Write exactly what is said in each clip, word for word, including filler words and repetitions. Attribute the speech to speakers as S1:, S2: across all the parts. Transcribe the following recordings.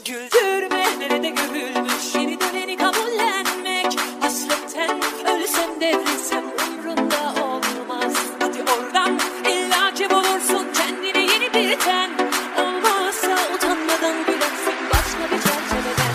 S1: Güldürme nerede görülmüş, yeni döneni kabullenmek. Hasretten ölsem devrilsem umrumda olmaz. Hadi oradan illaki bulursun kendine yeni bir ten. Olmazsa utanmadan gülersin başka bir çerçeveden.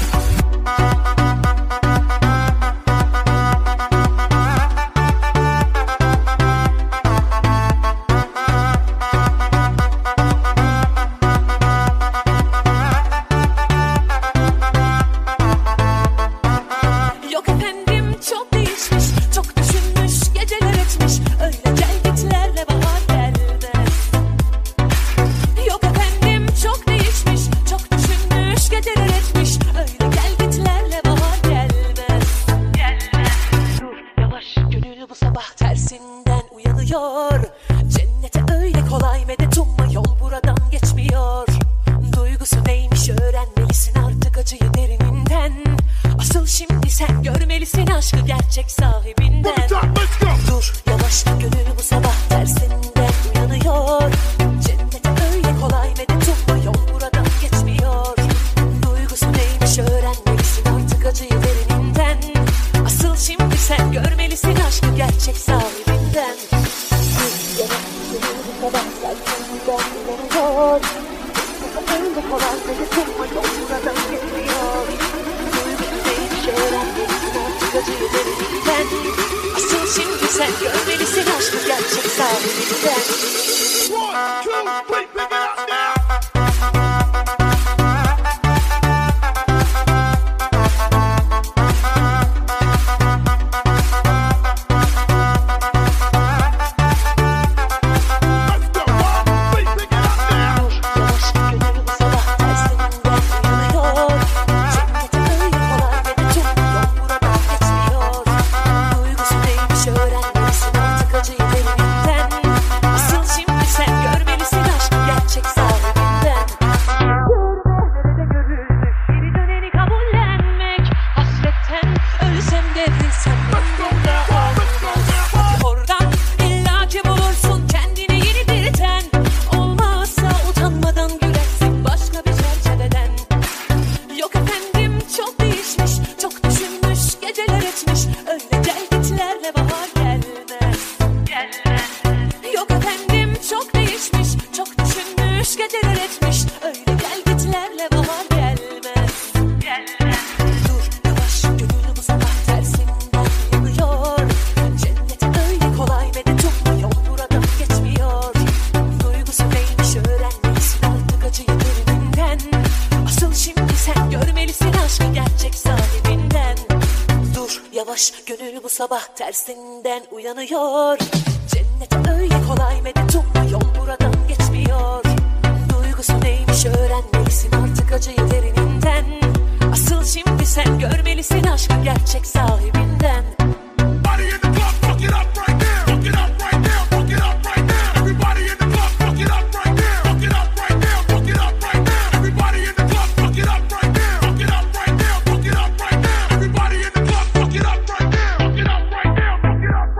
S1: Cennete öyle kolay medet umma, yol buradan geçmiyor. Duygusu neymiş öğrenmelisin artık acıyı derininden. Asıl şimdi sen görmelisin aşkı gerçek sahibinden. Dur yavaş, gönül bu sabah tersinden uyanıyor. Cennete öyle kolay medet umma, yol buradan geçmiyor. Duygusu neymiş öğrenmelisin artık acıyı derininden. Asıl şimdi sen görmelisin aşkı gerçek sahibinden. Sabah tersinden uyanıyor. Öyle kolay medet umma, yol buradan geçmiyor. Duygusu neymiş öğrenmelisin artık acıyı derininden. Asıl şimdi sen görmelisin aşkı gerçek sahibinden. One, two, three, pick it up now. Gönül bu sabah tersinden uyanıyor. Cennete öyle kolay medet umma, yol buradan geçmiyor. Duygusu neymiş öğrenmelisin artık acıyı derininden. Asıl şimdi sen görmelisin aşkı gerçek sahibinden.